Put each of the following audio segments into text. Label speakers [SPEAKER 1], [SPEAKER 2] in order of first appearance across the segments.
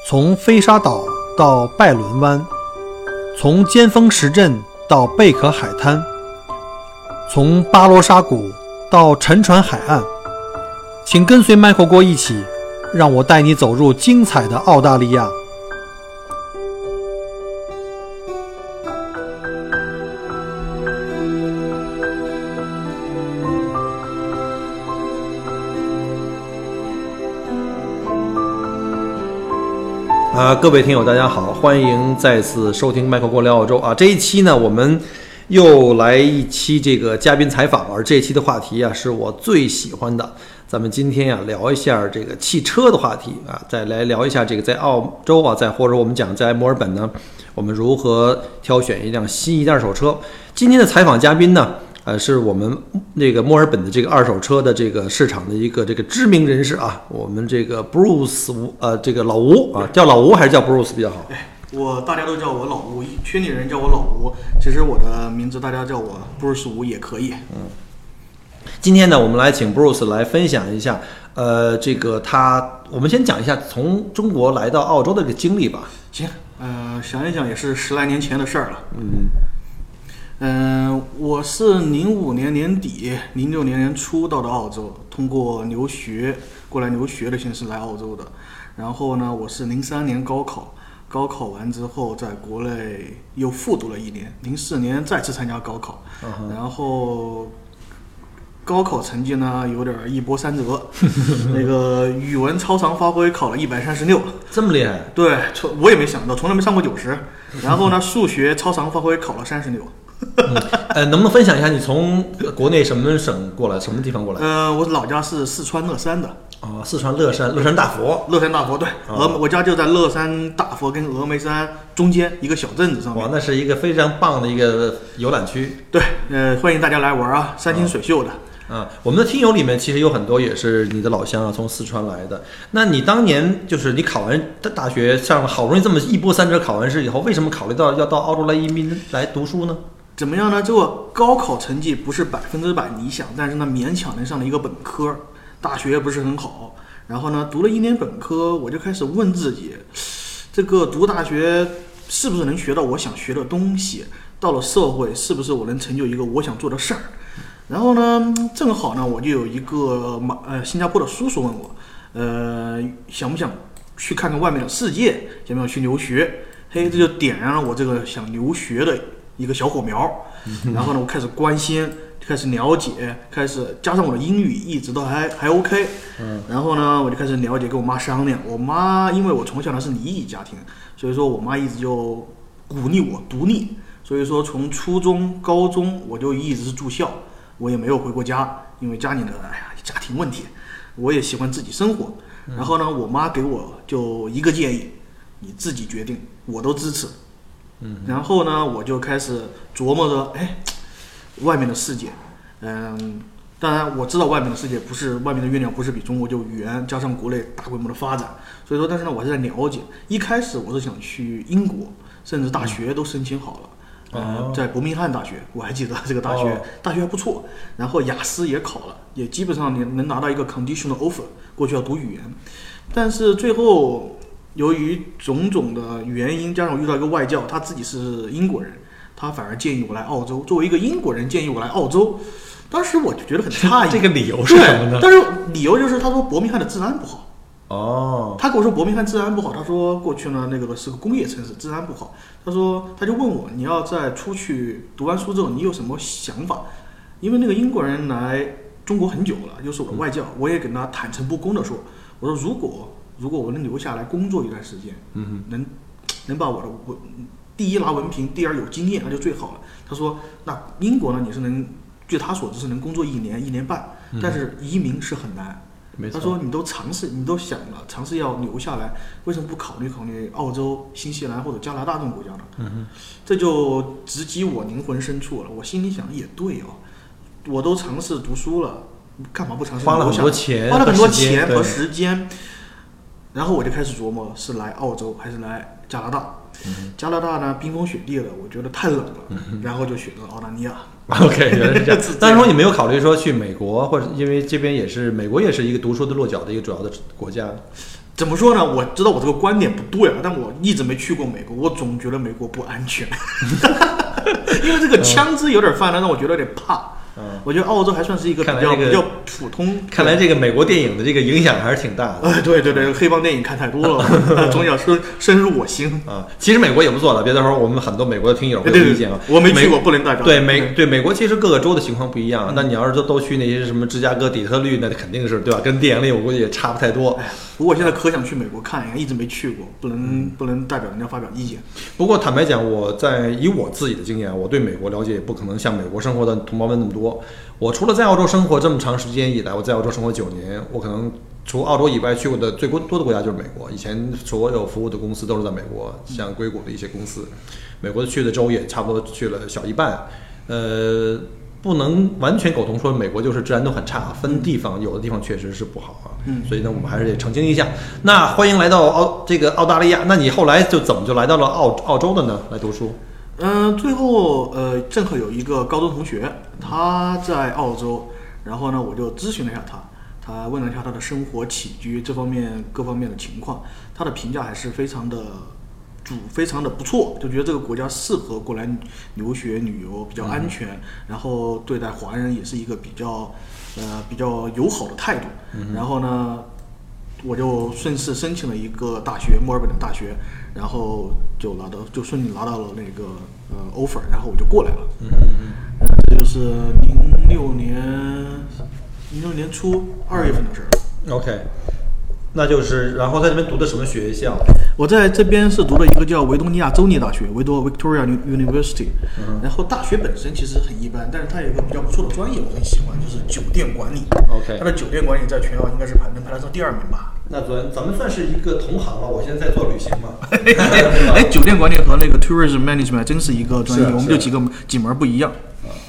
[SPEAKER 1] 从飞沙岛到拜伦湾，从尖峰石镇到贝壳海滩，从巴罗沙谷到沉船海岸，请跟随麦克郭一起，让我带你走入精彩的澳大利亚。各位听友大家好，欢迎再次收听麦克郭聊澳洲啊。这一期呢，我们又来一期这个嘉宾采访，而这一期的话题啊是我最喜欢的。咱们今天聊一下这个汽车的话题啊，再来聊一下这个在澳洲啊，或者我们讲在墨尔本呢，我们如何挑选一辆新一代二手车。今天的采访嘉宾呢，是我们这个墨尔本的这个二手车的这个市场的一个这个知名人士啊，我们这个 Bruce 这个老吴啊，叫老吴还是叫 Bruce 比较好？
[SPEAKER 2] 大家都叫我老吴，圈里人叫我老吴，其实我的名字大家叫我 Bruce 吴也可以。
[SPEAKER 1] 今天呢，我们来请 Bruce 来分享一下，这个我们先讲一下从中国来到澳洲的这个经历吧。
[SPEAKER 2] 行，想一想也是10来年前的事儿了。我是05年年底06年年初到的澳洲，通过过来留学的形式来澳洲的。然后呢，我是03年高考完之后，在国内又复读了1年，04年再次参加高考，然后高考成绩呢有点一波三折，那个语文超常发挥考了136，
[SPEAKER 1] 这么厉害？
[SPEAKER 2] 对，我也没想到，从来没上过90。然后呢，数学超常发挥考了36。
[SPEAKER 1] 能不能分享一下你从国内什么省过来，什么地方过来？
[SPEAKER 2] 我老家是四川乐山的。
[SPEAKER 1] 四川乐山大佛。
[SPEAKER 2] 乐山大佛，对，我家就在乐山大佛跟峨眉山中间一个小镇子上面。
[SPEAKER 1] 哇，那是一个非常棒的一个游览区。
[SPEAKER 2] 对，欢迎大家来玩啊，山清水秀的。
[SPEAKER 1] 我们的听友里面其实有很多也是你的老乡啊，从四川来的。那你当年就是你考完大学上好不容易这么一波三折考完试以后，为什么考虑到要到澳洲来移民来读书呢？
[SPEAKER 2] 怎么样呢？这个高考成绩不是100%理想，但是呢勉强能上了一个本科，大学不是很好。然后呢，读了1年本科，我就开始问自己，这个读大学是不是能学到我想学的东西？到了社会，是不是我能成就一个我想做的事儿？然后呢，正好呢，我就有一个新加坡的叔叔问我，想不想去看看外面的世界？想不想去留学？这就点燃了我这个想留学的一个小火苗。然后呢，我开始关心，开始了解，开始加上我的英语一直都还 OK。然后呢，我就开始了解，跟我妈商量。我妈因为我从小呢是离异家庭，所以说我妈一直就鼓励我独立。所以说从初中、高中我就一直是住校。我也没有回过家，因为家里的家庭问题，我也喜欢自己生活。然后呢，我妈给我就一个建议，你自己决定，我都支持。然后呢，我就开始琢磨着，外面的世界，当然我知道外面的世界不是外面的月亮不是比中国就圆，加上国内大规模的发展，所以说，但是呢，我是在了解。一开始我是想去英国，甚至大学都申请好了。在伯明翰大学，我还记得这个大学还不错，然后雅思也考了，也基本上你能拿到一个 conditional offer， 过去要读语言。但是最后由于种种的原因，加上我遇到一个外教，他自己是英国人，他反而建议我来澳洲。作为一个英国人建议我来澳洲，当时我就觉得很诧异。
[SPEAKER 1] 这个理由是什么呢？
[SPEAKER 2] 但是理由就是他说伯明翰的治安不好。他跟我说伯明翰治安不好，他说过去呢那个是个工业城市，治安不好。他就问我，你要在出去读完书之后，你有什么想法？因为那个英国人来中国很久了，又是我的外教，我也跟他坦诚不公的说，我说如果我能留下来工作一段时间，能把我第一拿文凭，第二有经验，那就最好了。他说，那英国呢，你是据他所知是能工作1年1年半，但是移民是很难。他说你都尝试，你都想了尝试要留下来，为什么不考虑澳洲、新西兰或者加拿大这种国家呢？这就直击我灵魂深处了。我心里想也对我都尝试读书了，干嘛不尝试留下来？花了很多钱和时间。然后我就开始琢磨是来澳洲还是来加拿大。加拿大呢冰封雪地的，我觉得太冷了，然后就选择澳大利亚。
[SPEAKER 1] OK， 原来是这样。当时你没有考虑说去美国，或者因为这边美国也是一个读书的落脚的一个主要的国家。
[SPEAKER 2] 怎么说呢？我知道我这个观点不对啊，但我一直没去过美国，我总觉得美国不安全，因为这个枪支有点泛滥，让我觉得有点怕。我觉得澳洲还算是一个比较普通。
[SPEAKER 1] 看来这个美国电影的这个影响还是挺大的。
[SPEAKER 2] 对，黑帮电影看太多了，从小深入我心
[SPEAKER 1] 啊。其实美国也不错的，别到时候我们很多美国的听友会有意见啊。
[SPEAKER 2] 我没去过，不能代表。
[SPEAKER 1] 对美国其实各个州的情况不一样。那你要是都去那些什么芝加哥、底特律，那肯定是对吧？跟电影里我估计也差不太多。
[SPEAKER 2] 不过我现在可想去美国看一下，一直没去过，不能代表人家发表意见。
[SPEAKER 1] 不过坦白讲，以我自己的经验，我对美国了解也不可能像美国生活的同胞们那么多。我除了在澳洲生活这么长时间以来，我在澳洲生活9年，我可能除澳洲以外去过的最多的国家就是美国。以前所有服务的公司都是在美国，像硅谷的一些公司，美国去的州也差不多去了小一半。不能完全苟同说美国就是治安都很差，分地方，有的地方确实是不好啊。所以呢，我们还是得澄清一下。那欢迎来到澳大利亚，那你后来怎么就来到了澳洲的呢？来读书？
[SPEAKER 2] 最后正好有一个高中同学，他在澳洲，然后呢，我就咨询了一下他问了一下他的生活起居这方面各方面的情况，他的评价还是非常的不错，就觉得这个国家适合过来留学旅游，比较安全，然后对待华人也是一个比较友好的态度。然后呢，我就顺势申请了一个大学，墨尔本的大学，然后就顺利拿到了那个offer， 然后我就过来了。这就是06年初2月份的事儿。
[SPEAKER 1] OK， 那就是然后在这边读的什么学校？
[SPEAKER 2] 我在这边是读了一个叫维多利亚州立大学，维多 Victoria University。然后大学本身其实很一般，但是它有一个比较不错的专业，我很喜欢，就是酒店管理。
[SPEAKER 1] OK，
[SPEAKER 2] 它的酒店管理在全澳应该是能排得上第2名吧。
[SPEAKER 1] 那咱们算是一个同行了。我现在在做旅行嘛。
[SPEAKER 2] 酒店管理和那个 tourism management 真是一个专业，我们就几门不一样。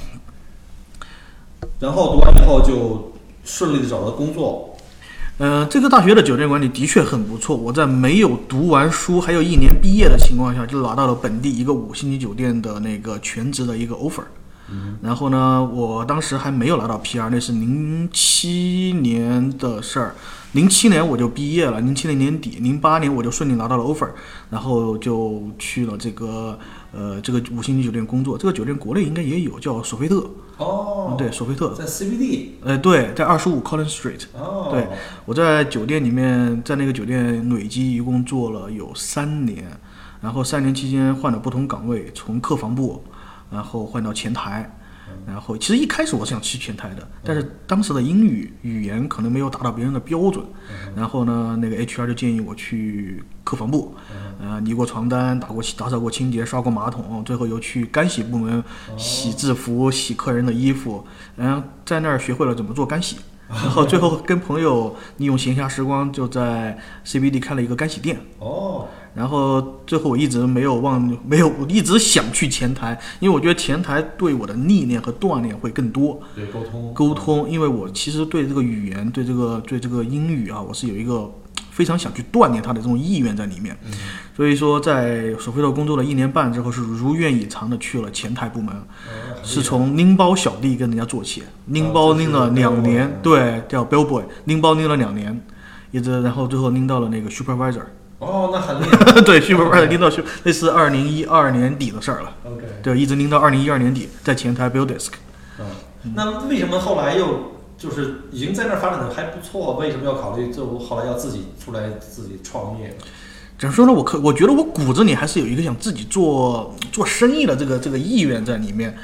[SPEAKER 1] 然后读完以后就顺利的找到工作。
[SPEAKER 2] 这个大学的酒店管理的确很不错。我在没有读完书，还有1年毕业的情况下，就拿到了本地一个5星级酒店的那个全职的一个 offer。然后呢，我当时还没有拿到 PR， 那是07年的事儿。07年我就毕业了，07年年底，08年我就顺利拿到了 offer， 然后就去了这个5星级酒店工作。这个酒店国内应该也有，叫索菲特。对，索菲特
[SPEAKER 1] 在 CBD。
[SPEAKER 2] 对，在25 Collins Street。对，我在酒店里面，在那个酒店累计一共做了有3年，然后3年期间换了不同岗位，从客房部，然后换到前台。然后其实一开始我是想去前台的，但是当时的英语语言可能没有达到别人的标准。然后呢，那个 HR 就建议我去客房部，理过床单，打扫过清洁，刷过马桶，最后又去干洗部门洗制服、洗客人的衣服。在那儿学会了怎么做干洗。然后最后跟朋友利用闲暇时光，就在 CBD 开了一个干洗店。然后最后我一直我一直想去前台，因为我觉得前台对我的历练和锻炼会更多。
[SPEAKER 1] 对，
[SPEAKER 2] 沟通，因为我其实对这个语言，对这个英语啊，我是有一个非常想去锻炼它的这种意愿在里面。所以说在索菲特工作了1年半之后，是如愿以偿的去了前台部门。是从拎包小弟跟人家做起，拎包拎了2年，对，叫 bellboy， 拎包拎了2年，一直然后最后拎到了那个 supervisor。
[SPEAKER 1] 那很厉害。
[SPEAKER 2] 对 supervisor 拎到那是2012年底的事儿了。对，一直拎到2012年底，在前台 bill desk。
[SPEAKER 1] 那为什么后来又就是已经在那儿发展的还不错，为什么要考虑就后来要自己出来自己创业？
[SPEAKER 2] 怎么说呢？我觉得我骨子里还是有一个想自己做生意的这个意愿在里面。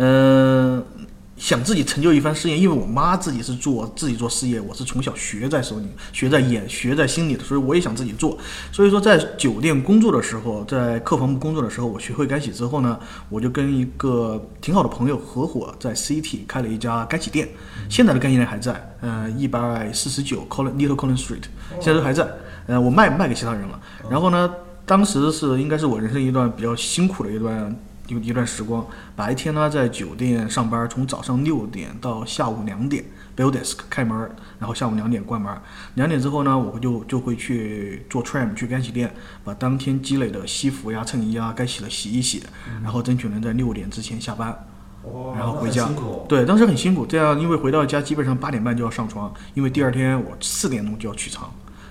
[SPEAKER 2] 想自己成就一番事业，因为我妈自己做事业，我是从小学在手里，学在心里的，所以我也想自己做。所以说在酒店工作的时候，在客房部工作的时候，我学会干洗之后呢，我就跟一个挺好的朋友合伙在 City 开了一家干洗店。现在的干洗店还在，149 Little Collins Street， 现在都还在。我卖给其他人了。然后呢，当时应该是我人生一段比较辛苦的一段时光。白天呢在酒店上班，从早上6点到下午2点 bill desk 开门，然后下午2点关门。2点之后呢，我就会去做 tram 去干洗店，把当天积累的西服呀、衬衣啊该洗的洗一洗，然后争取能在6点之前下班。然后回家。对，当时很辛苦。这样因为回到家基本上8点半就要上床，因为第二天我4点钟就要起床。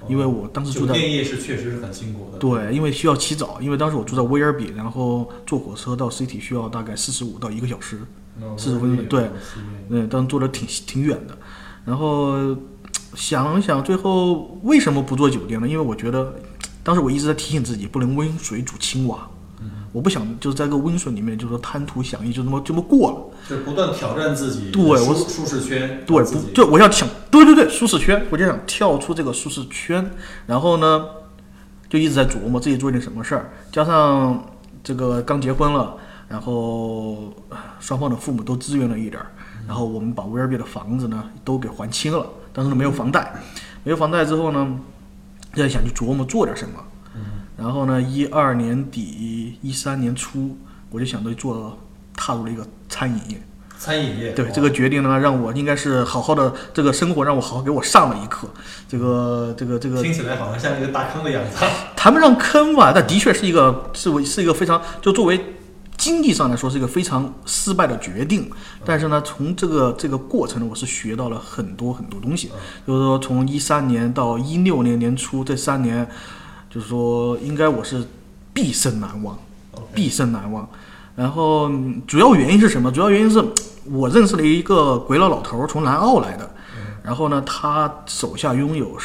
[SPEAKER 2] 因为我当时住在
[SPEAKER 1] 酒店业是确实是很辛苦的。
[SPEAKER 2] 对，因为需要起早，因为当时我住在威尔比，然后坐火车到 City 需要大概45到1个小时，40分钟。对，当时坐的挺远的。然后想想最后为什么不做酒店呢？因为我觉得当时我一直在提醒自己，不能温水煮青蛙。我不想就是在这个温水里面就是说贪图享誉，就这么过了，
[SPEAKER 1] 就是不断挑战自己，
[SPEAKER 2] 对我
[SPEAKER 1] 舒适圈，
[SPEAKER 2] 对，就我要想，对，舒适圈，我就想跳出这个舒适圈，然后呢，就一直在琢磨自己做点什么事儿，加上这个刚结婚了，然后双方的父母都支援了一点，然后我们把威尔比的房子呢都给还清了，但是呢没有房贷，之后呢，就在想去琢磨做点什么。然后呢，12年底13年初，我就想着踏入了一个餐饮业。
[SPEAKER 1] 餐饮业，
[SPEAKER 2] 对这个决定呢，让我应该是好好的这个生活，让我好好给我上了一课。这个
[SPEAKER 1] 听起来好像像一个大坑的样子。
[SPEAKER 2] 谈不上坑吧，但的确是一个非常，就作为经济上来说是一个非常失败的决定。但是呢，从这个过程呢，我是学到了很多东西。就是说，从13年到16年年初这3年。就是说，应该我是毕生难忘。然后主要原因是什么？主要原因是我认识了一个鬼佬老头，从南澳来的。然后呢，他手下拥有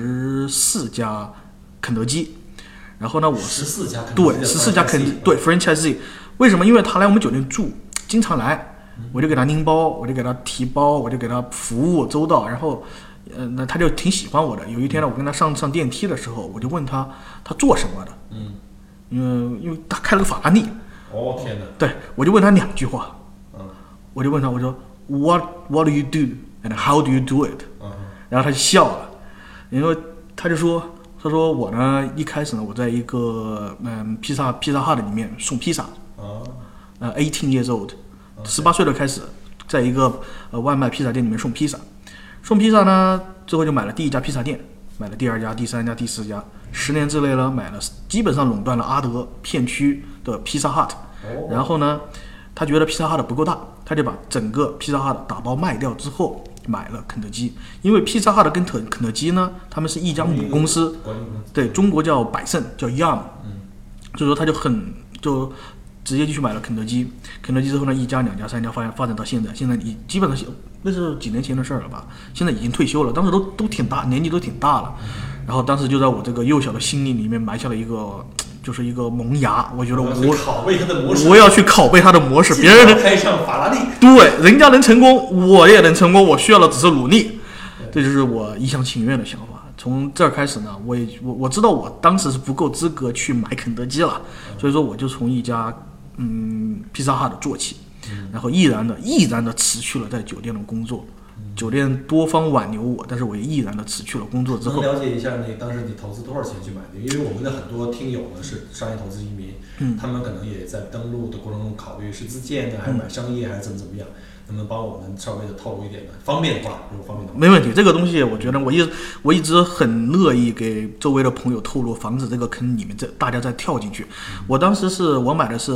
[SPEAKER 2] 14家肯德基。然后呢，我
[SPEAKER 1] 14家
[SPEAKER 2] 肯德基，对 franchisee。为什么？因为他来我们酒店住，经常来，我就给他拎包，我就给他提包，我就给他服务周到，然后。那他就挺喜欢我的。有一天呢，我跟他上电梯的时候，我就问他做什么的。因为他开了个法拉利。
[SPEAKER 1] 哦天哪！
[SPEAKER 2] 对，我就问他2句话。我就问他，我说 What do you do and how do you do it？然后他就笑了，因为他说我呢一开始呢我在一个披萨 hut 里面送披萨。18 years old， 18岁的开始，在一个外卖披萨店里面送披萨。送披萨呢，之后就买了第1家披萨店，买了第2家、第3家、第4家。10年之内呢，买了基本上垄断了阿德片区的披萨 hut。然后呢，他觉得披萨 hut 不够大，他就把整个披萨 hut 打包卖掉之后，买了肯德基。因为披萨 hut 跟肯德基呢，他们是一家母公司，对，中国叫百胜，叫 Yum。所以说他就直接就去买了肯德基。肯德基之后呢，1家、2家、3家发展到现在你基本上那是几年前的事了吧？现在已经退休了，当时都挺大，年纪都挺大了。然后当时就在我这个幼小的心灵里面埋下了一个萌芽。我觉得我要去拷贝他的模式，别人能
[SPEAKER 1] 开上法拉利，
[SPEAKER 2] 对，人家能成功，我也能成功，我需要的只是努力。这就是我一厢情愿的想法。从这儿开始呢，我知道我当时是不够资格去买肯德基了，所以说我就从一家披萨哈的做起，然后毅然的辞去了在酒店的工作。酒店多方挽留我，但是我也毅然的辞去了工作之后。
[SPEAKER 1] 能了解一下当时你投资多少钱去买的？因为我们的很多听友呢是商业投资移民，他们可能也在登录的过程中考虑是自建呢，还是买商业，还是怎么样？能不能帮我们稍微的透露一点呢？方便的话，如果方便的话。
[SPEAKER 2] 没问题，这个东西我觉得我一直很乐意给周围的朋友透露，防止这个坑里面大家再跳进去。我当时我买的是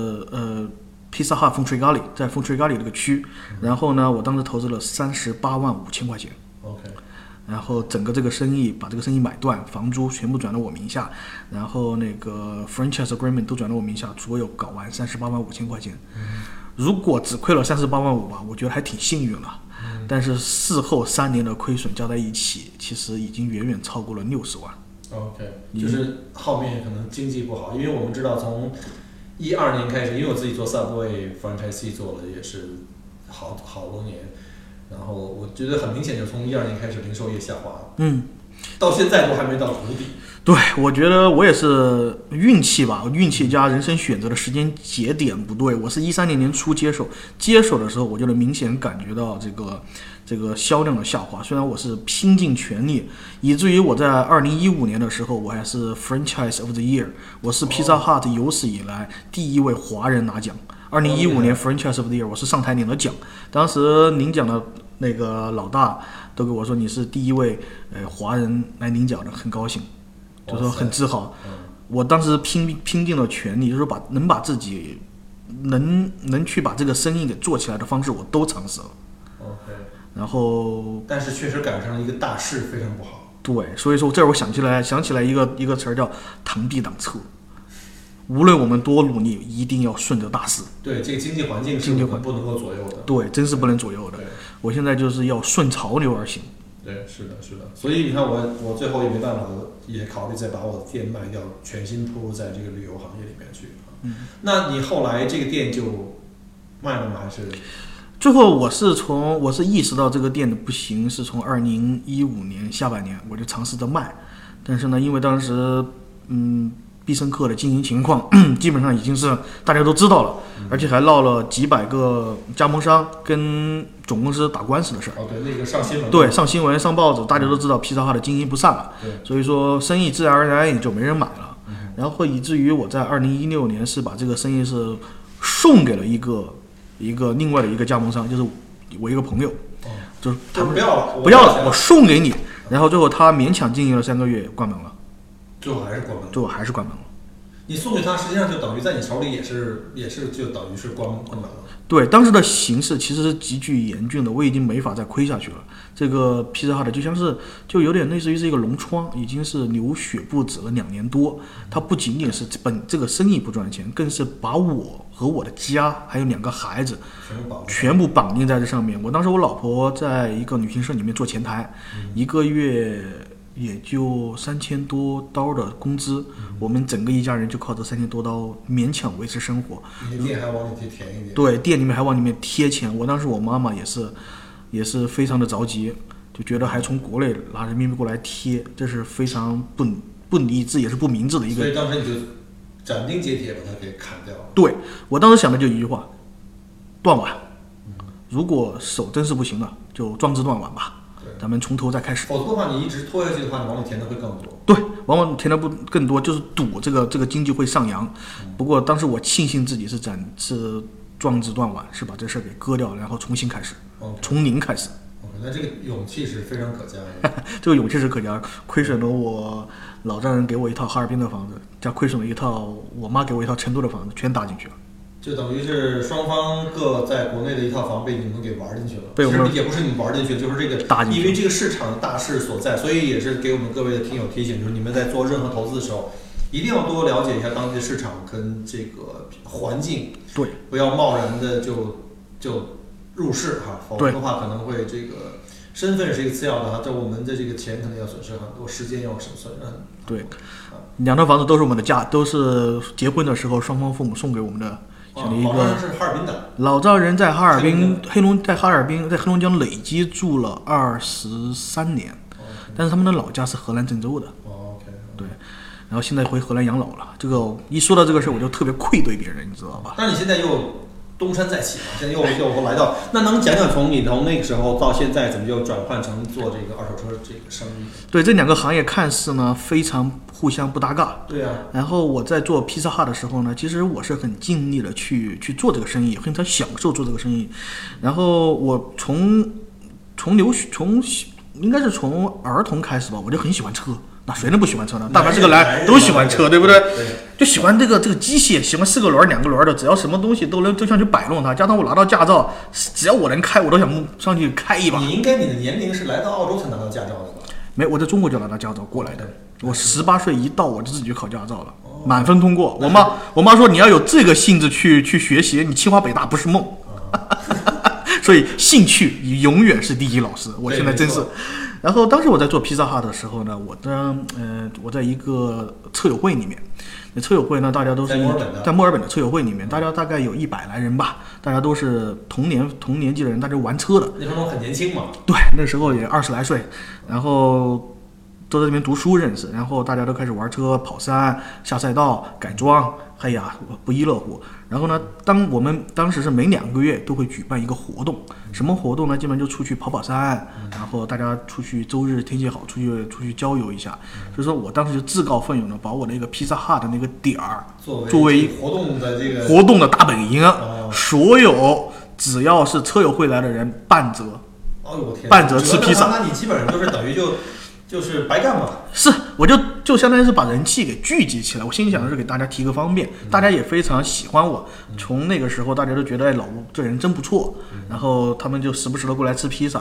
[SPEAKER 2] Pizza Hut 凤吹咖喱，在凤吹咖喱这个区，然后呢，我当时投资了38万5千块钱。
[SPEAKER 1] OK。
[SPEAKER 2] 然后整个这个生意把这个生意买断，房租全部转到我名下，然后那个 franchise agreement 都转到我名下，所有搞完38万5千块钱。如果只亏了38万5吧，我觉得还挺幸运了。但是事后3年的亏损加在一起，其实已经远远超过了60万。
[SPEAKER 1] OK， 就是后面可能经济不好，因为我们知道从12年开始，因为我自己做 Subway franchisee 做了也是好多年，然后我觉得很明显，就从12年开始零售业下滑，到现在都还没到谷底。
[SPEAKER 2] 对，我觉得我也是运气吧，运气加人生选择的时间节点不对。我是13年年初接手的时候，我就能明显感觉到这个销量的下滑。虽然我是拼尽全力，以至于我在2015年的时候，我还是 Franchise of the Year， 我是 Pizza Hut 有史以来第1位华人拿奖。2015年 Franchise of the Year， 我是上台领了奖，当时领奖的那个老大都跟我说你是第1位华人来领奖的，很高兴。就说很自豪，我当时拼尽了全力，就是说能把自己能去把这个生意给做起来的方式，我都尝试了。
[SPEAKER 1] OK。
[SPEAKER 2] 然后，
[SPEAKER 1] 但是确实赶上了一个大势，非常不好。
[SPEAKER 2] 对，所以说这儿我想起来一个词儿叫螳臂挡车。无论我们多努力，一定要顺着大势。
[SPEAKER 1] 对，这个经济环境是我们不能够左右的。
[SPEAKER 2] 对，真是不能左右的。我现在就是要顺潮流而行。
[SPEAKER 1] 对，是的，是的。所以你看我最后也没办法，也考虑再把我的店卖掉，全心投入在这个旅游行业里面去。那你后来这个店就卖了吗？还是？
[SPEAKER 2] 最后我是意识到这个店的不行，是从2015年下半年我就尝试着卖，但是呢，因为当时必胜客的经营情况基本上已经是大家都知道了，而且还闹了几百个加盟商跟总公司打官司的事儿。
[SPEAKER 1] 对，那个上新闻。
[SPEAKER 2] 对，上新闻上报纸，大家都知道披萨哈的经营不善了，所以说生意自然而然也就没人买了。然后以至于我在2016年是把这个生意是送给了一个另外的一个加盟商，就是我一个朋友，就是他
[SPEAKER 1] 不要了，
[SPEAKER 2] 我送给你。然后最后他勉强经营了3个月，关门了。
[SPEAKER 1] 最后还是关门了。你送给他，实际上就等于在你手里也是就等于是关门了。
[SPEAKER 2] 对，当时的形势其实是极具严峻的，我已经没法再亏下去了。这个披萨哈的就有点类似于是一个脓疮，已经是流血不止了2年多。它不仅仅是这个生意不赚钱，更是把我和我的家还有2个孩子全部绑定在这上面。我当时我老婆在一个旅行社里面做前台，一个月也就3000多刀的工资，我们整个一家人就靠这3000多刀勉强维持生活。
[SPEAKER 1] 店还往里填一点。
[SPEAKER 2] 对，店里面还往里面贴钱。我当时我妈妈也是非常的着急，就觉得还从国内拿人民币过来贴，这是非常不理智也是不明智的一个。
[SPEAKER 1] 所以当时你就斩钉截铁把它给砍掉了。
[SPEAKER 2] 对，我当时想的就一句话：断腕。如果手真是不行了，就壮志断腕吧。咱们从头再开始。
[SPEAKER 1] 否则的话，你一直拖下去的话，你往里填的会更多。
[SPEAKER 2] 对，往往填的更多，就是赌这个经济会上扬。不过当时我庆幸自己是壮志断腕，是把这事儿给割掉，然后重新开始，从零开始。
[SPEAKER 1] 那这个勇气是非常可嘉的。
[SPEAKER 2] 这个勇气是可嘉，亏损了我老丈人给我一套哈尔滨的房子，加亏损了一套我妈给我一套成都的房子，全打进去了。
[SPEAKER 1] 就等于是双方各在国内的一套房被你们给玩进去了。
[SPEAKER 2] 被我们
[SPEAKER 1] 其实也不是你们玩进去，就是这个因为这个市场的大势所在，所以也是给我们各位的听友提醒，就是你们在做任何投资的时候，一定要多了解一下当地的市场跟这个环境。
[SPEAKER 2] 对，
[SPEAKER 1] 不要贸然的就入市哈，否则的话可能会这个身份是一个次要的哈，这我们的这个钱可能要损失很多，时间要损失很多。
[SPEAKER 2] 对，2套房子都是我们的家，都是结婚的时候双方父母送给我们的。
[SPEAKER 1] 老丈人是哈尔滨的，
[SPEAKER 2] 老丈人在哈尔滨，在黑龙江累积住了23年，但是他们的老家是河南郑州的。对，然后现在回荷兰养老了。这个一说到这个事，我就特别愧对别人，你知道吧？
[SPEAKER 1] 但是你现在又东山再起了，现在又来到，那能讲讲从你从那个时候到现在，怎么就转换成做这个二手车这个生意？
[SPEAKER 2] 对，这2个行业看似呢非常互相不搭嘎。
[SPEAKER 1] 对啊。
[SPEAKER 2] 然后我在做披萨哈的时候呢，其实我是很尽力的去做这个生意，很享受做这个生意。然后我从应该是从儿童开始吧，我就很喜欢车。那谁能不喜欢车呢？大凡是个男都喜欢车，对不对？就喜欢这个机械，喜欢4个轮、2个轮的，只要什么东西都想去摆弄它。加上我拿到驾照，只要我能开，我都想上去开一把。
[SPEAKER 1] 你的年龄是来到澳洲才拿到驾照的吧？
[SPEAKER 2] 没，我在中国就拿到驾照过来的。我18岁一到，我就自己去考驾照了，满分通过。我妈说你要有这个性子去学习，你清华北大不是梦。所以兴趣永远是第一老师。我现在真是。然后当时我在做披萨哈的时候呢，我在一个车友会里面，那车友会呢，大家都是在墨尔本的车友会里面，大家大概有100来人吧，大家都是同年纪的人，大家玩车的。
[SPEAKER 1] 那时候很年轻嘛。
[SPEAKER 2] 对，那时候也20来岁，然后都在这边读书认识，然后大家都开始玩车、跑山、下赛道、改装，哎呀，不亦乐乎。然后呢，我们当时是每2个月都会举办一个活动，什么活动呢？基本上就出去跑山，然后大家出去周日天气好出去郊游一下。所以说我当时就自告奋勇的把我那个披萨哈的那个点儿作为
[SPEAKER 1] 活动的这个
[SPEAKER 2] 活动的大本营，所有只要是车友会来的人半折。
[SPEAKER 1] 哦呦我天！
[SPEAKER 2] 半折吃披萨，
[SPEAKER 1] 那你基本上就是等于就是白干嘛？
[SPEAKER 2] 是，我就相当于是把人气给聚集起来。我心里想的是给大家提个方便，大家也非常喜欢我。从那个时候，大家都觉得老吴这人真不错，然后他们就时不时的过来吃披萨。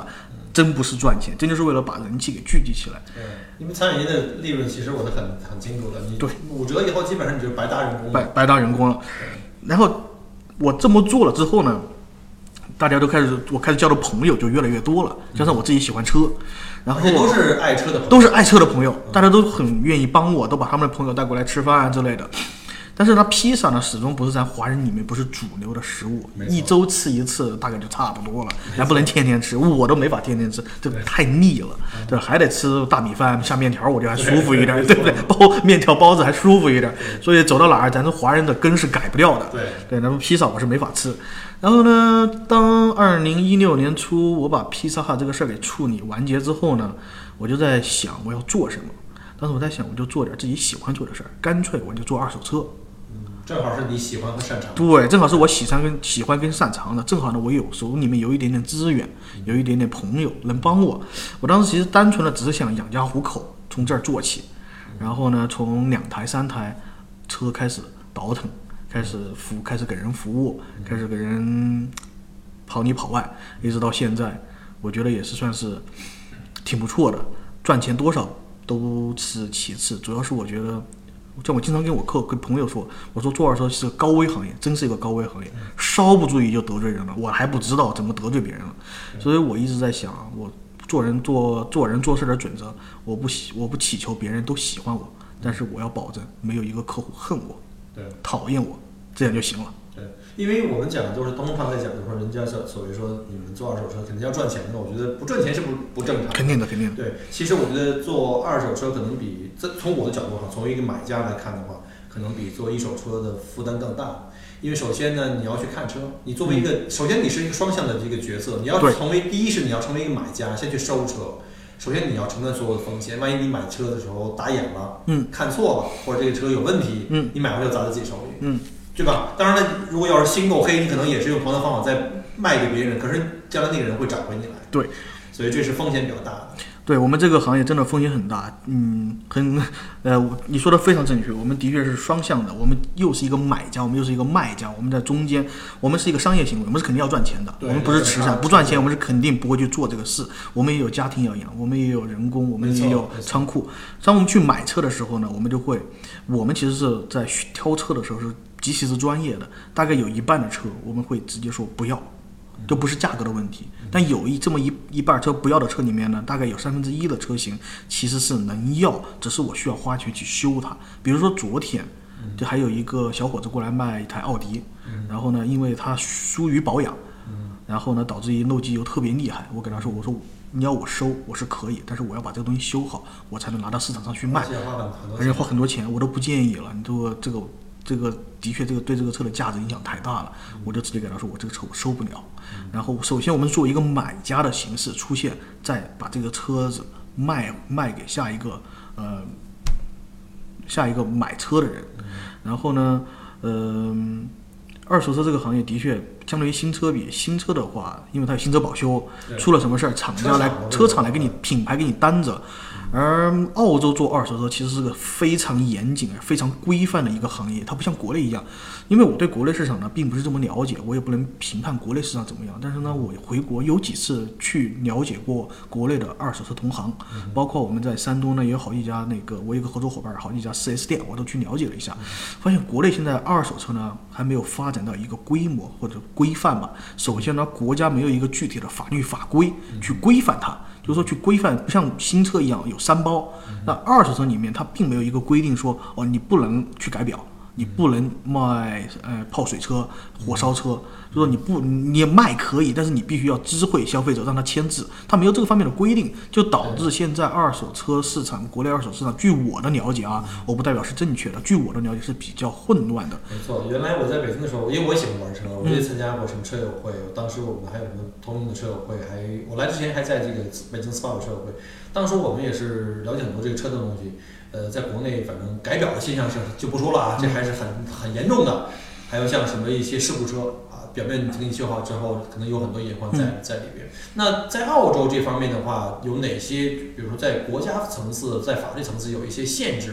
[SPEAKER 2] 真不是赚钱，真就是为了把人气给聚集起来。
[SPEAKER 1] 对，因为餐饮业的利润其实我是很清楚的，你
[SPEAKER 2] 对
[SPEAKER 1] 5折以后基本上你就是白搭人工，
[SPEAKER 2] 白搭人工了。然后我这么做了之后呢，大家我开始交的朋友就越来越多了，加上我自己喜欢车，然后
[SPEAKER 1] 都是爱车的朋友，
[SPEAKER 2] 都是爱车的朋友，大家都很愿意帮我，都把他们的朋友带过来吃饭啊之类的。但是呢，披萨呢始终不是咱华人里面不是主流的食物，1周吃1次大概就差不多了，还不能天天吃，我都没法天天吃，这太腻了，对，还得吃大米饭下面条，我觉得还舒服一点，对不对？包面条包子还舒服一点，所以走到哪儿，咱这华人的根是改不掉的，对，那么披萨我是没法吃。然后呢，当2016年初我把披萨哈这个事儿给处理完结之后呢，我就在想我要做什么。当时我在想，我就做点自己喜欢做的事儿，干脆我就做二手车。
[SPEAKER 1] 正好是你喜欢和擅长的。
[SPEAKER 2] 对，正好是我喜欢跟擅长的。正好呢，我手里面有一点点资源，有一点点朋友能帮我。我当时其实单纯的只是想养家糊口，从这儿做起。然后呢，从2台3台车开始倒腾，开始给人服务，开始给人跑里跑外，一直到现在，我觉得也是算是挺不错的。赚钱多少都是其次，主要是我觉得。像我经常跟朋友说，我说做二手车是个高危行业，真是一个高危行业，稍不注意就得罪人了，我还不知道怎么得罪别人了。所以我一直在想，我做人做事的准则，我不祈求别人都喜欢我，但是我要保证没有一个客户恨我，
[SPEAKER 1] 对，
[SPEAKER 2] 讨厌我，这样就行了。
[SPEAKER 1] 对，因为我们讲的都是通常来讲，就说人家所谓说你们做二手车肯定要赚钱的，我觉得不赚钱是不正常的。
[SPEAKER 2] 肯定的。
[SPEAKER 1] 对，其实我觉得做二手车可能比从我的角度哈，从一个买家来看的话，可能比做一手车的负担更大。因为首先呢，你要去看车，你作为一个，首先你是一个双向的这个角色，你要成为第一是你要成为一个买家，先去收车。首先你要承担所有的风险，万一你买车的时候打眼了，看错了，或者这个车有问题，你买回来就砸在自己手里，对吧？当然了，如果要是心够黑，你可能也是用同样的方法再卖给别人，可是将来那个人会找回你来。
[SPEAKER 2] 对，
[SPEAKER 1] 所以这是风险比较大的。
[SPEAKER 2] 对，我们这个行业真的风险很大，你说的非常正确，我们的确是双向的，我们又是一个买家，我们又是一个卖家，我们在中间，我们是一个商业行为，我们是肯定要赚钱的，我们不是慈善，不赚钱我们是肯定不会去做这个事，我们也有家庭要养，我们也有人工，我们也有仓库。当我们去买车的时候呢，我们其实是在挑车的时候是极其之专业的，大概有一半的车我们会直接说不要。就不是价格的问题，但有这么一半车不要的车里面呢，大概有1/3的车型其实是能要，只是我需要花钱去修它。比如说昨天，就还有一个小伙子过来卖一台奥迪，然后呢，因为他疏于保养，然后呢导致于漏机油特别厉害。我跟他说，我说你要我收我是可以，但是我要把这个东西修好，我才能拿到市场上去卖，而且花很多钱，我都不建议了。你说这个的确，对这个车的价值影响太大了，我就直接给他说，我这个车我收不了。然后首先我们作为一个买家的形式出现，再把这个车子卖给下一个买车的人。然后呢，二手车这个行业的确相对于新车比，新车的话，因为它有新车保修，出了什么事儿，车厂来给你品牌给你担着。而澳洲做二手车其实是个非常严谨、非常规范的一个行业，它不像国内一样。因为我对国内市场呢并不是这么了解，我也不能评判国内市场怎么样。但是呢，我回国有几次去了解过国内的二手车同行，包括我们在山东呢也有好几家我有一个合作伙伴，好几家 4S 店，我都去了解了一下，发现国内现在二手车呢还没有发展到一个规模或者规范吧。首先呢，国家没有一个具体的法律法规去规范它。就是说去规范，不像新车一样有3包，那二手车里面它并没有一个规定说你不能去改表，你不能卖泡水车、火烧车，就说你也卖可以，但是你必须要知会消费者让他签字，它没有这个方面的规定，就导致现在二手车市场，国内二手市场，据我的了解啊，我不代表是正确的，据我的了解是比较混乱的。
[SPEAKER 1] 没错，原来我在北京的时候，因为我也喜欢玩车，我也参加过什么车友会，当时我们还有什么通用的车友会，我来之前还在这个北京 SPA 车友会，当时我们也是了解很多这个车的东西。在国内反正改表的现象就不说了啊，这还是很严重的。还有像什么一些事故车啊，表面给你修好之后，可能有很多隐患在里边。那在澳洲这方面的话，有哪些，比如说在国家层次、在法律层次有一些限制，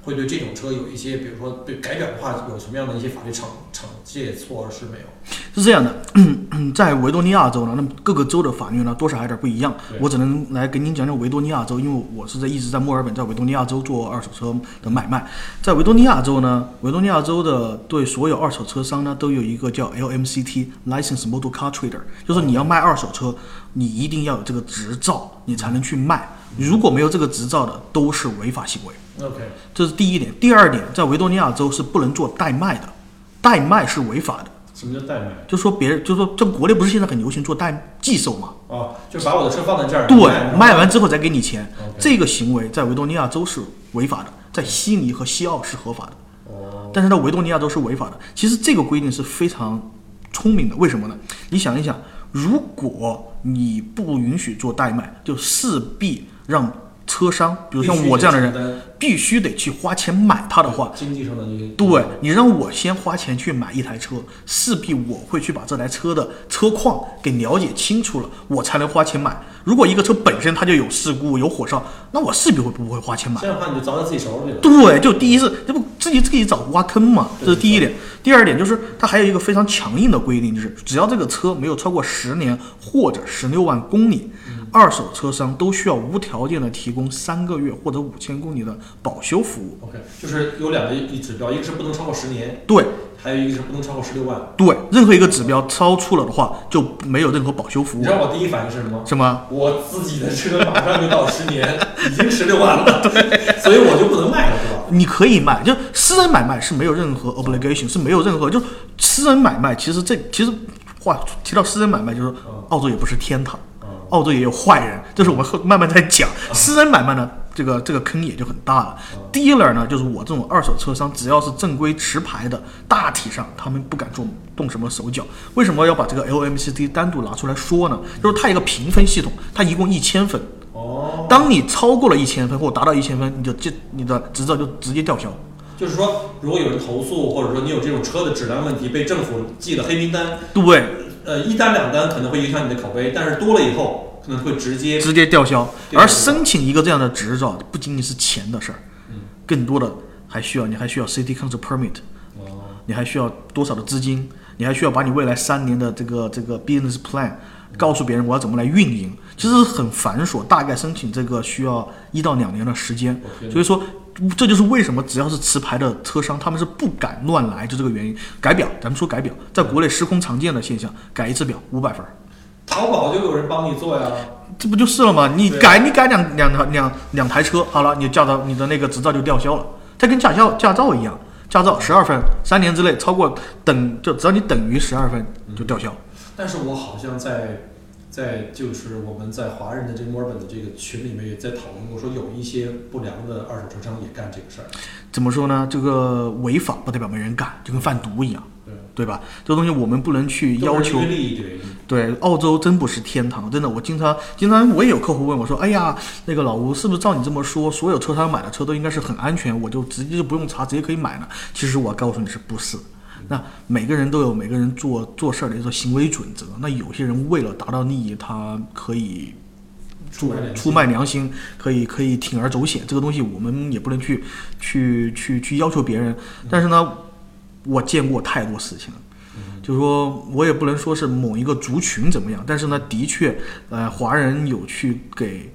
[SPEAKER 1] 会对这种车有一些，比如说对改表的话，有什么样的一些法律惩戒措施没有？
[SPEAKER 2] 是这样的，在维多利亚州呢，那么各个州的法律呢多少还有点不一样。我只能来给您讲讲维多利亚州，因为我是一直在墨尔本，在维多利亚州做二手车的买卖。在维多利亚州呢，维多利亚州的对所有二手车商呢都有一个叫 LMCT License Motor Car Trader， 就是你要卖二手车，你一定要有这个执照，你才能去卖。如果没有这个执照的，都是违法行为。
[SPEAKER 1] OK，
[SPEAKER 2] 这是第一点。第二点，在维多利亚州是不能做代卖的，代卖是违法的。
[SPEAKER 1] 什么叫代卖？
[SPEAKER 2] 就说别人，就说这国内不是现在很流行做寄售嘛？
[SPEAKER 1] 哦，就把我的车放在这儿，
[SPEAKER 2] 对，卖完之后再给你钱。
[SPEAKER 1] Okay.
[SPEAKER 2] 这个行为在维多利亚州是违法的，在悉尼和西澳是合法的。但是在维多利亚州是违法的。其实这个规定是非常聪明的，为什么呢？你想一想，如果你不允许做代卖，就势必让车商，比如像我这样的人，必须得去花钱买它的话，
[SPEAKER 1] 经济上的一些，
[SPEAKER 2] 对，你让我先花钱去买一台车，势必我会去把这台车的车况给了解清楚了，我才能花钱买。如果一个车本身它就有事故有火烧，那我势必会不会花钱买？
[SPEAKER 1] 这样的话你就凿在自己手里了。
[SPEAKER 2] 对，就第一是这不自己找挖坑嘛，这是第一点。第二点就是它还有一个非常强硬的规定，就是只要这个车没有超过10年或者16万公里，二手车商都需要无条件的提供3个月或者5000公里的保修服务。
[SPEAKER 1] OK， 就是有2个指标，一个是不能超过10年，
[SPEAKER 2] 对，
[SPEAKER 1] 还有一个是不能超过16万。
[SPEAKER 2] 对，任何一个指标超出了的话，就没有任何保修服务。
[SPEAKER 1] 你知道我第一反应是什么？
[SPEAKER 2] 什么？
[SPEAKER 1] 我自己的车马上就到10年，已经16万了，对，所以我就不能卖了，是吧？
[SPEAKER 2] 你可以卖，就私人买卖是没有任何 obligation， 是没有任何，就私人买卖其实话提到私人买卖，就是澳洲也不是天堂，澳洲也有坏人，这是我们慢慢在讲。私人买卖呢，这个坑也就很大了。dealer 呢，就是我这种二手车商，只要是正规持牌的，大体上他们不敢动什么手脚。为什么要把这个 LMCT 单独拿出来说呢？就是它有一个评分系统，它一共1000分。当你超过了1000分或达到1000分，你的执照就直接吊销。
[SPEAKER 1] 就是说，如果有人投诉，或者说你有这种车的质量问题被政府记了黑名单，
[SPEAKER 2] 对，
[SPEAKER 1] 一单两单可能会影响你的口碑，但是多了以后可能会直接
[SPEAKER 2] 吊销。而申请一个这样的执照，不仅仅是钱的事儿，更多的你还需要 City Council Permit，你还需要多少的资金，你还需要把你未来3年的这个 business plan 告诉别人我要怎么来运营，其实很繁琐，大概申请这个需要1到2年的时间。所以说，这就是为什么只要是持牌的车商，他们是不敢乱来，就这个原因。改表，咱们说改表，在国内时空常见的现象，改一次表500分。
[SPEAKER 1] 淘宝就有人帮你做呀，
[SPEAKER 2] 这不就是了吗？你改两台车，好了，你的那个执照就吊销了。它跟驾照一样，驾照12分，3年之内超过就只要你等于12分就吊销。
[SPEAKER 1] 但是我好像在就是我们在华人的这个墨尔本的这个群里面也在讨论过，说有一些不良的二手车商也干这个事儿。怎
[SPEAKER 2] 么说呢？这个违法不代表没人干，就跟贩毒一样，对吧？这个东西我们不能去要求。对，澳洲真不是天堂，真的。我经常我也有客户问我说：“哎呀，那个老吴，是不是照你这么说，所有车商买的车都应该是很安全，我就直接就不用查，直接可以买呢？”其实我告诉你是不是？那每个人都有每个人做事的一个行为准则。那有些人为了达到利益，他可以出卖良心，可以铤而走险。这个东西我们也不能去要求别人。但是呢，我见过太多事情了。就是说我也不能说是某一个族群怎么样，但是呢，的确，华人有去给，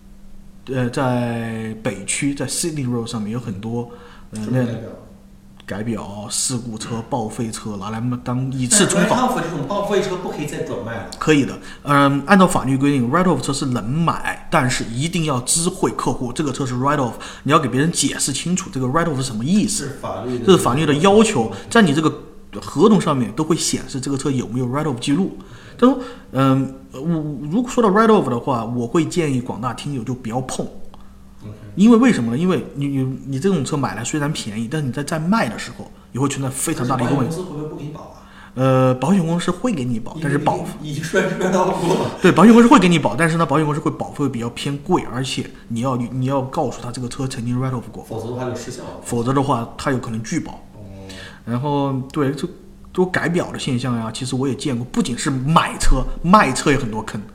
[SPEAKER 2] 在北区，在 Sydney Road 上面有很多，改表、事故车、报废车拿来当以次充好。
[SPEAKER 1] 这种报废车不可以再转卖了？
[SPEAKER 2] 可以的，按照法律规定 ，write off 车是能买，但是一定要知会客户这个车是 write off， 你要给别人解释清楚这个 write off 是什么意思。这是法律的要求，在你这个合同上面都会显示这个车有没有 write off 记录。他说，如果说到 write off 的话，我会建议广大听友就不要碰。因为为什么呢？因为你这种车买来虽然便宜，但是你在卖的时候也会存在非常大的一个问题。
[SPEAKER 1] 保险公司会不会不给你保啊？
[SPEAKER 2] 保险公司会给你保，但是
[SPEAKER 1] 已经摔到过了。
[SPEAKER 2] 对，保险公司会给你保，但是呢，保险公司会保费比较偏贵，而且你要告诉他这个车曾经 write off 过，
[SPEAKER 1] 否则的话就失效了。
[SPEAKER 2] 否则的话，他有可能拒保。然后对就改表的现象呀，其实我也见过，不仅是买车，卖车也很多坑。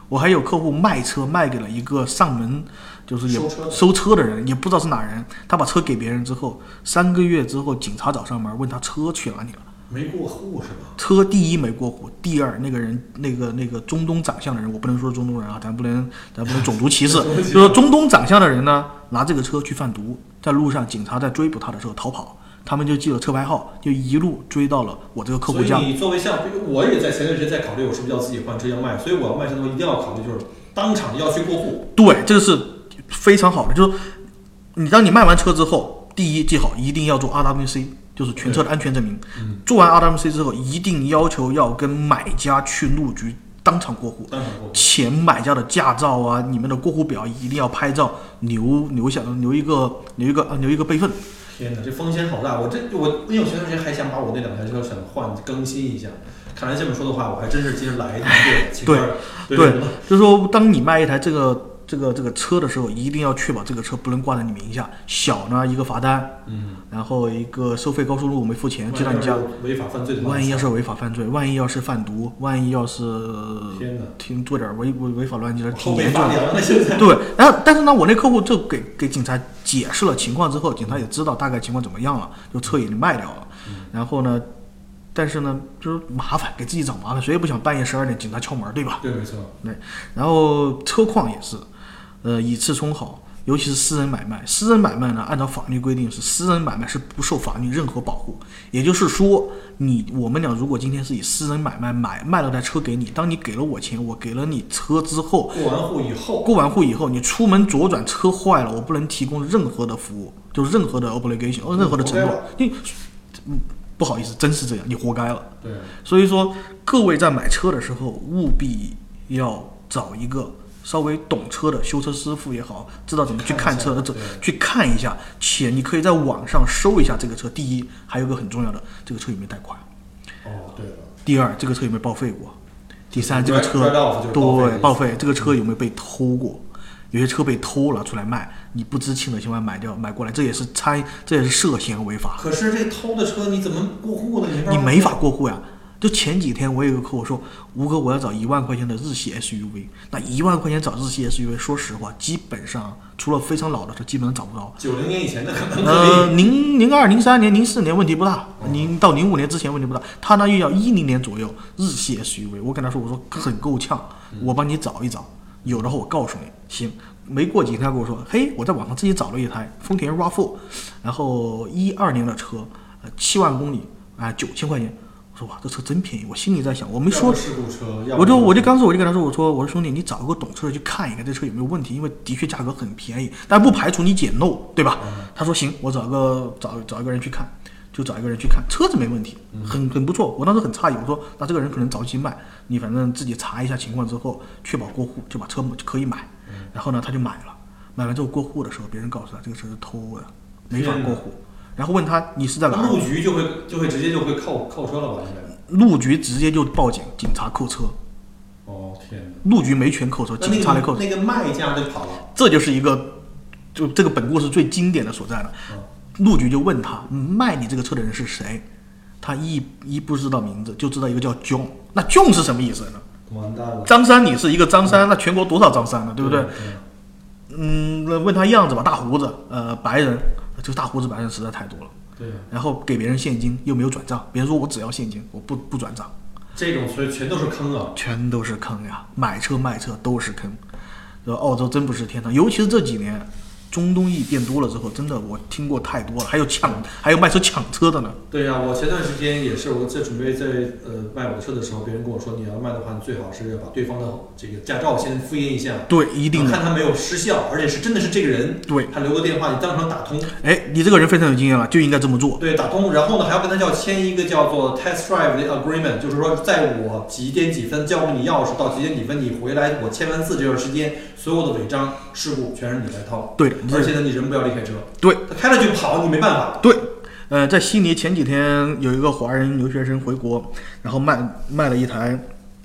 [SPEAKER 2] 我还有客户卖车卖给了一个上门就是也收车的人，也不知道是哪人，他把车给别人之后，3个月之后警察找上门问他车去哪里了。
[SPEAKER 1] 没过户是吧？
[SPEAKER 2] 车第一没过户，第二那个人那个中东长相的人，我不能说中东人啊，咱不能种族歧视，就说中东长相的人呢，拿这个车去贩毒，在路上警察在追捕他的时候逃跑，他们就记了车牌号，就一路追到了我这个客户家。
[SPEAKER 1] 所以你作为像我也在前段时间在考虑我是不是要自己换车要卖，所以我要卖车的话一定要考虑就是当场要去过户。
[SPEAKER 2] 对，这个是非常好的，就是当你卖完车之后，第一记好一定要做 RWC。就是全车的安全证明，做完 RWC 之后，一定要求要跟买家去路局当场过户，前买家的驾照啊，你们的过户表一定要拍照留一个备份。
[SPEAKER 1] 天哪，这风险好大！因为我前段时间还想把我那2台车想更新一下，看来这么说的话，我还真是今天来一趟
[SPEAKER 2] 对，就是说，当你卖一台这个车的时候，一定要确保这个车不能挂在你名下。小呢一个罚单，然后一个收费高速路没付钱，就让你家
[SPEAKER 1] 违法犯罪的话，
[SPEAKER 2] 万一要是违法犯罪，万一要是贩毒，万一要是做点违法乱纪的，挺严重的。对，然后但是呢，我那客户就给警察解释了情况之后，警察也知道大概情况怎么样了，就车已经卖掉了。然后呢，但是呢，就是麻烦，给自己找麻烦，谁也不想半夜12点警察敲门，对吧？
[SPEAKER 1] 对，没错。
[SPEAKER 2] 对，然后车况也是。以次充好，尤其是私人买卖。私人买卖呢，按照法律规定是私人买卖是不受法律任何保护。也就是说，我们俩如果今天是以私人买卖卖了台车给你，当你给了我钱，我给了你车之后，
[SPEAKER 1] 过完户以后，
[SPEAKER 2] 你出门左转车坏了，我不能提供任何的服务，就是任何的 obligation， 任何的承诺。不好意思，真是这样，你活该了。
[SPEAKER 1] 对，
[SPEAKER 2] 所以说各位在买车的时候，务必要找一个稍微懂车的修车师傅也好，知道怎么去看车的，去看一下。且你可以在网上搜一下这个车。第一，还有一个很重要的，这个车有没有贷款？
[SPEAKER 1] 对了。
[SPEAKER 2] 第二，这个车有没有报废过？第三，这个车对报废，这个车有没有被偷过？有些车被偷了出来卖，你不知情的情况买过来，这也是涉嫌违法。
[SPEAKER 1] 可是这偷的车你怎么过户呢？
[SPEAKER 2] 你没法过户呀。就前几天我有一个客户说，吴哥我要找1万块钱的日系 SUV， 那1万块钱找日系 SUV， 说实话基本上除了非常老的车基本上找不到。
[SPEAKER 1] 90年以前的可能可以。
[SPEAKER 2] 02、03年、04年问题不大，您到05年之前问题不大。他呢又要10年左右日系 SUV， 我跟他说，我说很够呛，我帮你找一找，有的话我告诉你。行，没过几天他跟我说，嘿，我在网上自己找了一台丰田 RAV4， 然后12年的车，7万公里，9000块钱。我说哇，这车真便宜！我心里在想，我没说
[SPEAKER 1] 事故车，
[SPEAKER 2] 我就跟他说，我说兄弟，你找一个懂车的去看一看这车有没有问题，因为的确价格很便宜，但不排除你捡漏，对吧？他说行，我找一个人去看，就找一个人去看，车子没问题，很不错。我当时很诧异，我说那这个人可能着急卖，你反正自己查一下情况之后，确保过户，就把车可以买。然后呢，他就买了，买完之后过户的时候，别人告诉他这个车是偷的，没法过户。然后问他你是在哪？
[SPEAKER 1] 路局就会直接扣车了吧？应该
[SPEAKER 2] 路局直接就报警，警察扣车。
[SPEAKER 1] 天哪！
[SPEAKER 2] 路局没权扣车，警察来扣车。
[SPEAKER 1] 那个卖家就跑了。
[SPEAKER 2] 这就是一个，就这个本故事最经典的所在了。路局就问他卖你这个车的人是谁，他一不知道名字，就知道一个叫 John。那 John 是什么意思呢？
[SPEAKER 1] 完蛋了。
[SPEAKER 2] 张三，你是一个张三，那全国多少张三呢？对不对？问他样子吧，大胡子，白人。这个大胡子白人实在太多了，
[SPEAKER 1] 对。
[SPEAKER 2] 然后给别人现金又没有转账，别人说我只要现金，我不转账，
[SPEAKER 1] 这种所以全都是坑啊，
[SPEAKER 2] 全都是坑呀！买车卖车都是坑，澳洲真不是天堂，尤其是这几年中东裔变多了之后，真的我听过太多了，还有卖车抢车的呢。
[SPEAKER 1] 对呀，我前段时间也是，我在准备卖我的车的时候，别人跟我说，你要卖的话，你最好是要把对方的这个驾照先复印一下。
[SPEAKER 2] 对，一定的。
[SPEAKER 1] 看他没有失效，而且是真的是这个人。对。他留个电话，你当场打通。
[SPEAKER 2] 你这个人非常有经验了，就应该这么做。
[SPEAKER 1] 对，打通，然后呢还要跟他签一个叫做 test drive 的 agreement， 就是说在我几点几分交给你钥匙，到几点几分你回来，我签完字这段时间，所有的违章事故全是你来掏。
[SPEAKER 2] 对的。
[SPEAKER 1] 而且呢，你人不要离开车。对。他开了就跑，你没办法。
[SPEAKER 2] 对。在悉尼前几天有一个华人留学生回国，然后卖了一台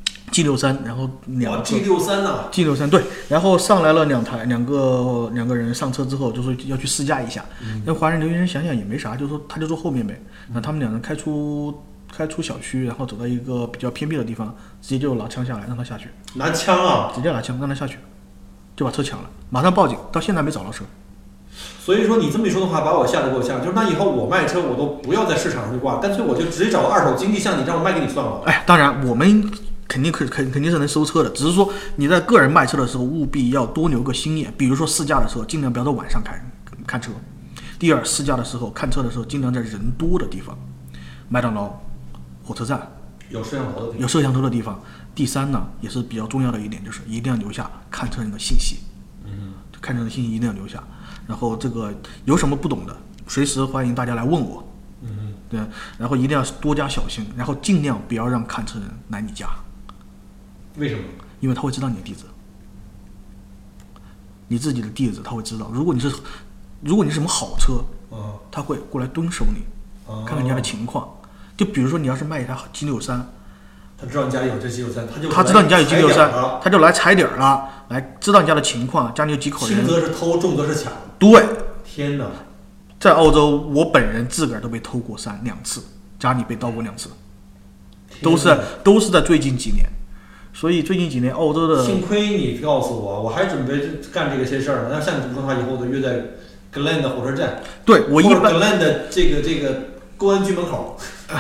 [SPEAKER 2] G63， 然后
[SPEAKER 1] G63 啊
[SPEAKER 2] ，G63 对，然后上来了两个人上车之后就说要去试驾一下，那华人留学生想想也没啥，他就坐后面呗，那他们两人开出开出小区，然后走到一个比较偏僻的地方，直接就拿枪下来让他下去。
[SPEAKER 1] 拿枪啊？
[SPEAKER 2] 直接拿枪让他下去，就把车抢了，马上报警，到现在没找到车。
[SPEAKER 1] 所以说你这么一说的话，把我吓得给我吓，就是那以后我卖车我都不要在市场上去挂，干脆我就直接找个二手经纪，像你让我卖给你算了。
[SPEAKER 2] 哎，当然我们肯定是能收车的，只是说你在个人卖车的时候务必要多留个心眼，比如说试驾的时候尽量不要在晚上看车。第二，试驾的时候看车的时候尽量在人多的地方，麦当劳、火车站
[SPEAKER 1] 有摄像头的地方。
[SPEAKER 2] 有摄像头的地方。第三呢，也是比较重要的一点，就是一定要留下看车人的信息。看车人的信息一定要留下。然后这个有什么不懂的，随时欢迎大家来问我。对，然后一定要多加小心，然后尽量不要让看车人来你家。
[SPEAKER 1] 为什么？
[SPEAKER 2] 因为他会知道你的地址，你自己的地址他会知道。如果你是什么好车，他会过来蹲守你，看看你家的情况。就比如说你要是卖一台G63，
[SPEAKER 1] 他知道你家里有这G63，
[SPEAKER 2] 他知道你家有G63，他就来踩点了，来知道你家的情况，家里有几口人。
[SPEAKER 1] 轻则是偷，重则是抢。
[SPEAKER 2] 对，
[SPEAKER 1] 天哪！
[SPEAKER 2] 在澳洲，我本人自个儿都被偷过2次，家里被盗过2次，都是在最近几年。所以最近几年澳洲的，
[SPEAKER 1] 幸亏你告诉我，我还准备干这些事儿呢。那像你这么说的话，以后我就约在格兰的火车站，
[SPEAKER 2] 对我一般
[SPEAKER 1] 格兰的这个公安局门口。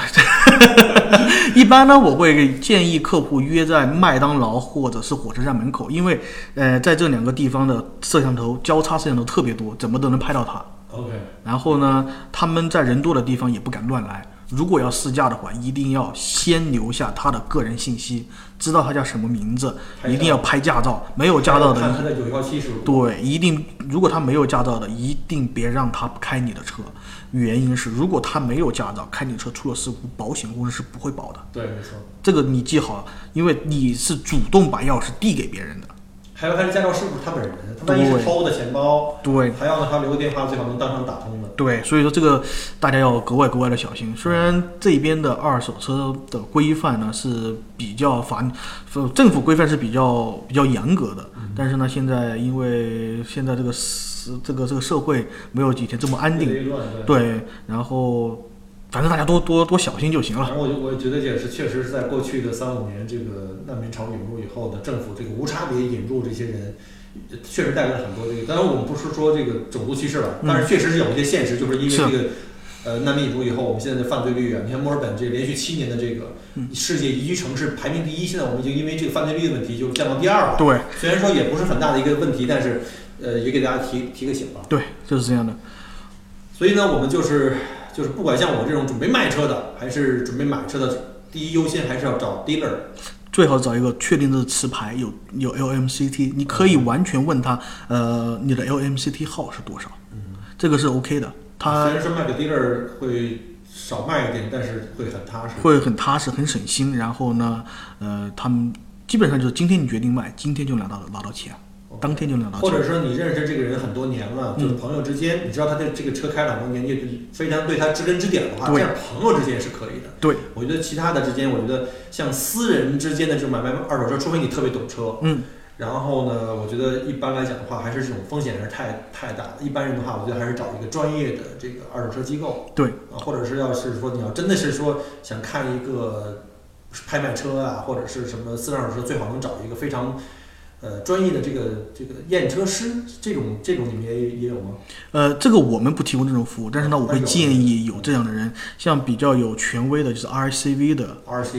[SPEAKER 2] 一般呢，我会建议客户约在麦当劳或者是火车站门口，因为在这2个地方的交叉摄像头特别多，怎么都能拍到他。
[SPEAKER 1] OK。
[SPEAKER 2] 然后呢，他们在人多的地方也不敢乱来。如果要试驾的话，一定要先留下他的个人信息，知道他叫什么名字，一定要拍驾照。没有驾照的，
[SPEAKER 1] 看他的有效期是不是？
[SPEAKER 2] 对，一定。如果他没有驾照的，一定别让他开你的车。原因是，如果他没有驾照，开你车出了事故，保险公司是不会保的。
[SPEAKER 1] 对，没错。
[SPEAKER 2] 这个你记好，因为你是主动把钥匙递给别人的。
[SPEAKER 1] 还要看驾照是不是他本人，他万一是偷的钱包，
[SPEAKER 2] 对，
[SPEAKER 1] 还要呢他留个电话，最好能当场打通的。
[SPEAKER 2] 对，所以说这个大家要格外的小心。虽然这边的二手车的规范呢是比较政府规范是比较严格的，但是呢，现在因为现在这个社会没有几天这么安定，对，然后反正大家多小心就行了。
[SPEAKER 1] 然后我觉得也是，确实是在过去的3-5年这个难民潮涌入以后的政府这个无差别引入这些人，确实带来了很多这个。当然我们不是说这个种族歧视了，但是确实是有一些现实，就是因为这个难民引入以后，我们现在的犯罪率啊，你看墨尔本这连续7年的这个世界宜居城市排名第1，现在我们已经因为这个犯罪率的问题就降到第2了。
[SPEAKER 2] 对，
[SPEAKER 1] 虽然说也不是很大的一个问题，但是也给大家提个醒吧。
[SPEAKER 2] 对，就是这样的。
[SPEAKER 1] 所以呢，我们就是不管像我这种准备卖车的，还是准备买车的，第一优先还是要找 dealer，
[SPEAKER 2] 最好找一个确定的持牌，有 LMCT， 你可以完全问他，你的 LMCT 号是多少，这个是 OK 的。他
[SPEAKER 1] 虽然说卖给 dealer 会少卖一点，但是会很踏实，
[SPEAKER 2] 很省心。然后呢，他们基本上就是今天你决定卖，今天就拿到钱。当天就拿到钱。
[SPEAKER 1] 或者说你认识这个人很多年了，就是朋友之间，你知道他的这个车开了很多年，你非常对他知根知底的话，这样朋友之间是可以的。
[SPEAKER 2] 对，
[SPEAKER 1] 我觉得其他的之间，我觉得像私人之间的这种买卖二手车，除非你特别懂车，然后呢，我觉得一般来讲的话，还是这种风险还是太大了。一般人的话，我觉得还是找一个专业的这个二手车机构，
[SPEAKER 2] 对，
[SPEAKER 1] 或者是要是说你要真的是说想看一个拍卖车啊，或者是什么私人二手车，最好能找一个非常专业的这个验车师，这种你们也有吗？
[SPEAKER 2] 这个我们不提供这种服务，但是呢，我会建议有这样的人，像比较有权威的，就是 RCV 的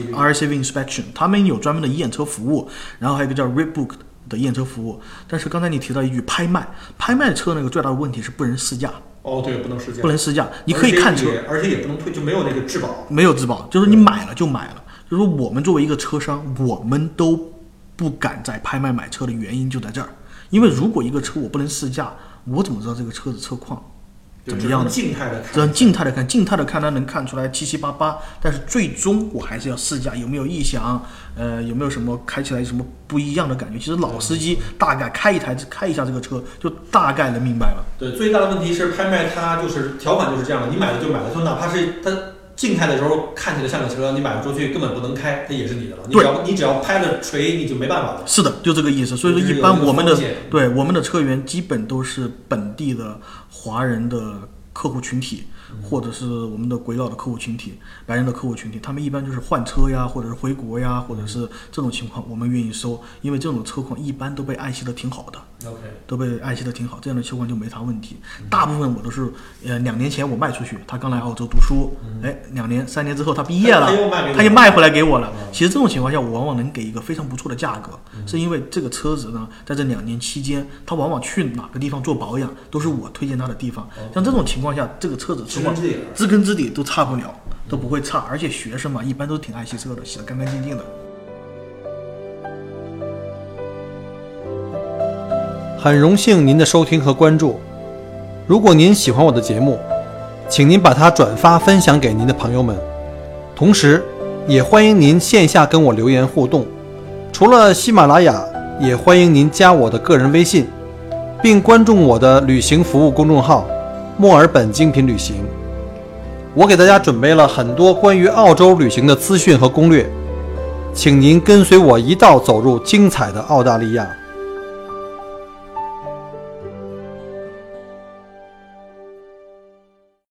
[SPEAKER 2] RCV Inspection， 他们有专门的验车服务，然后还有一个叫 Redbook 的验车服务。但是刚才你提到一句拍卖车那个最大的问题是不能试驾。
[SPEAKER 1] 哦，对，不能试驾，
[SPEAKER 2] 你可以看车，
[SPEAKER 1] 而且也不能退，就没有那个质保，
[SPEAKER 2] 没有质保，就是你买了就买了。就是说我们作为一个车商，我们都不敢在拍卖买车的原因就在这儿，因为如果一个车我不能试驾，我怎么知道这个车的车况怎么样的？
[SPEAKER 1] 静态的
[SPEAKER 2] 看，静态的看它能看出来七七八八，但是最终我还是要试驾，有没有异响，有没有什么开起来什么不一样的感觉？其实老司机大概开一下这个车，就大概能明白了。
[SPEAKER 1] 对，最大的问题是拍卖它就是条款就是这样的，你买了就买了，就哪怕是它静态的时候看起来像个车，你买了出去根本不能开，它也是你的了。你只要拍了锤，你就没办法了。
[SPEAKER 2] 是的，就这个意思。所以说，一般我们的车源基本都是本地的华人的客户群体， 或者是我们的鬼佬的客户群体、白人的客户群体，他们一般就是换车呀，或者是回国呀，或者是这种情况，我们愿意收，因为这种车况一般都被爱惜的挺好的。都被爱惜的挺好，这样的情况就没啥问题。大部分我都是2年前我卖出去，他刚来澳洲读书，2年3年之后他毕业了，他又卖回来给我了。其实这种情况下，我往往能给一个非常不错的价格，是因为这个车子呢，在这2年期间，他往往去哪个地方做保养，都是我推荐他的地方。像这种情况下，这个车子知根知底都差不了，都不会差。而且学生嘛，一般都挺爱惜车的，洗得干干净净的。
[SPEAKER 1] 很荣幸您的收听和关注。如果您喜欢我的节目，请您把它转发分享给您的朋友们。同时，也欢迎您线下跟我留言互动。除了喜马拉雅，也欢迎您加我的个人微信，并关注我的旅行服务公众号“墨尔本精品旅行”。我给大家准备了很多关于澳洲旅行的资讯和攻略，请您跟随我一道走入精彩的澳大利亚。